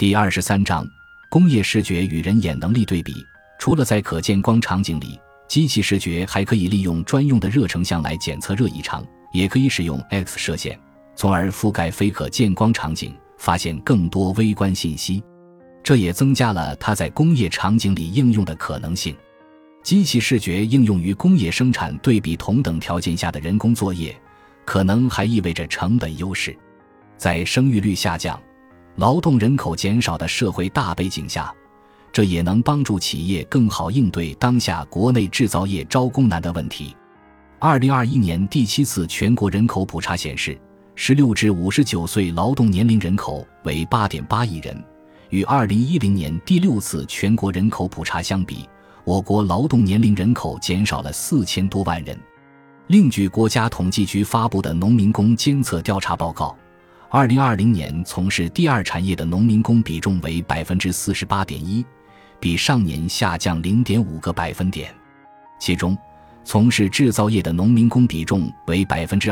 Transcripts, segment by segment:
第23章工业视觉与人眼能力对比。除了在可见光场景里，机器视觉还可以利用专用的热成像来检测热异常，也可以使用 X 射线，从而覆盖非可见光场景，发现更多微观信息。这也增加了它在工业场景里应用的可能性。机器视觉应用于工业生产对比同等条件下的人工作业，可能还意味着成本优势。在生育率下降、劳动人口减少的社会大背景下，这也能帮助企业更好应对当下国内制造业招工难的问题。2021年第7次全国人口普查显示，16至59岁劳动年龄人口为 8.8 亿人，与2010年第6次全国人口普查相比，我国劳动年龄人口减少了4000多万人。另据国家统计局发布的农民工监测调查报告，2020年从事第二产业的农民工比重为 48.1%， 比上年下降 0.5个百分点。其中从事制造业的农民工比重为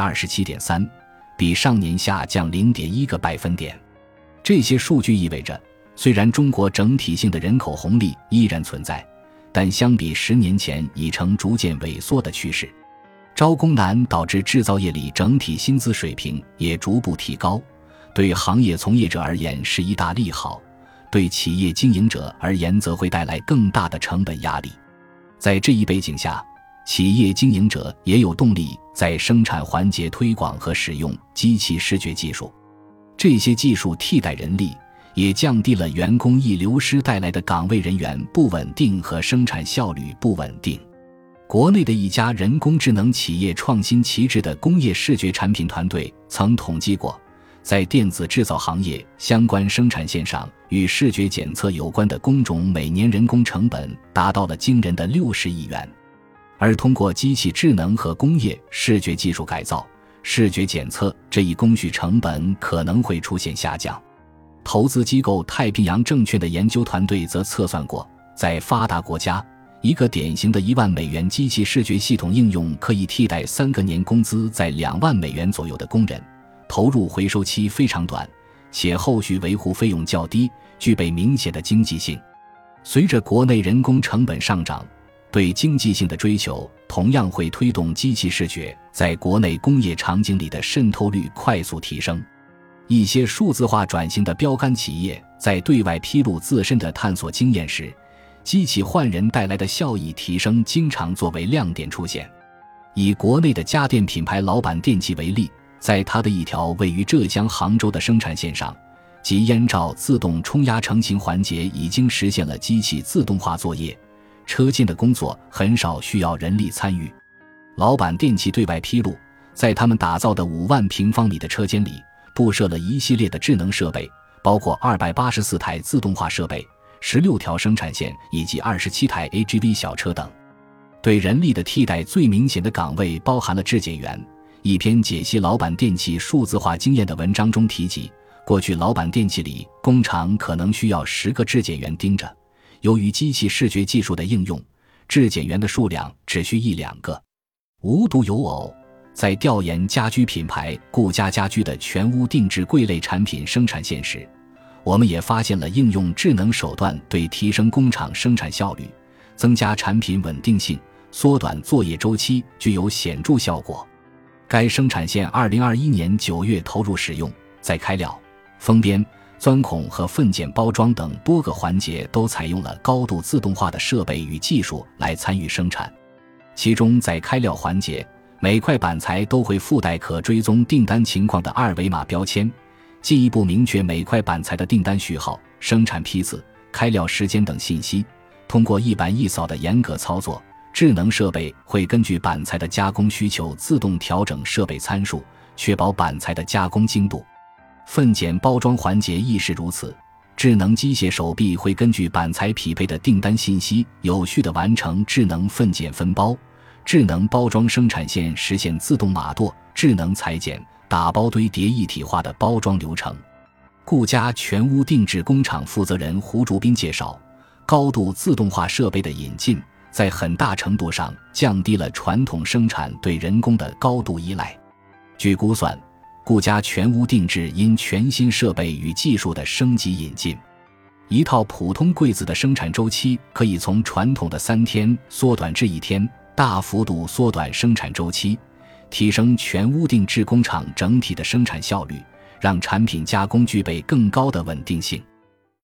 27.3%， 比上年下降 0.1个百分点。这些数据意味着，虽然中国整体性的人口红利依然存在，但相比10年前已呈逐渐萎缩的趋势。招工难导致制造业里整体薪资水平也逐步提高，对行业从业者而言是一大利好，对企业经营者而言则会带来更大的成本压力。在这一背景下，企业经营者也有动力在生产环节推广和使用机器视觉技术。这些技术替代人力，也降低了员工易流失带来的岗位人员不稳定和生产效率不稳定。国内的一家人工智能企业创新旗帜的工业视觉产品团队曾统计过，在电子制造行业相关生产线上与视觉检测有关的工种每年人工成本达到了惊人的60亿元。而通过机器智能和工业视觉技术改造视觉检测，这一工序成本可能会出现下降。投资机构太平洋证券的研究团队则测算过，在发达国家，一个典型的1万美元机器视觉系统应用可以替代3个年工资在2万美元左右的工人，投入回收期非常短，且后续维护费用较低，具备明显的经济性。随着国内人工成本上涨，对经济性的追求同样会推动机器视觉在国内工业场景里的渗透率快速提升。一些数字化转型的标杆企业在对外披露自身的探索经验时，机器换人带来的效益提升经常作为亮点出现。以国内的家电品牌老板电器为例，在它的一条位于浙江杭州的生产线上，即烟罩自动冲压成型环节已经实现了机器自动化作业，车间的工作很少需要人力参与。老板电器对外披露，在他们打造的5万平方米的车间里，布设了一系列的智能设备，包括284台自动化设备、16条生产线以及27台 AGV 小车等。对人力的替代最明显的岗位包含了质检员。一篇解析老板电器数字化经验的文章中提及，过去老板电器里工厂可能需要10个质检员盯着，由于机器视觉技术的应用，质检员的数量只需1-2个。无独有偶，在调研家居品牌顾家家居的全屋定制柜类产品生产线时，我们也发现了应用智能手段对提升工厂生产效率、增加产品稳定性、缩短作业周期具有显著效果。该生产线2021年9月投入使用，在开料、封边、钻孔和分拣包装等多个环节都采用了高度自动化的设备与技术来参与生产。其中在开料环节，每块板材都会附带可追踪订单情况的2维码标签，进一步明确每块板材的订单序号、生产批次、开料时间等信息。通过一板一扫的严格操作，智能设备会根据板材的加工需求自动调整设备参数，确保板材的加工精度。分拣包装环节亦是如此，智能机械手臂会根据板材匹配的订单信息，有序地完成智能分拣分包。智能包装生产线实现自动码垛、智能裁剪、打包堆叠一体化的包装流程。顾家全屋定制工厂负责人胡竹斌介绍，高度自动化设备的引进在很大程度上降低了传统生产对人工的高度依赖。据估算，顾家全屋定制因全新设备与技术的升级引进， 一套普通柜子的生产周期可以从传统的3天缩短至1天，大幅度缩短生产周期，提升全屋定制工厂整体的生产效率，让产品加工具备更高的稳定性。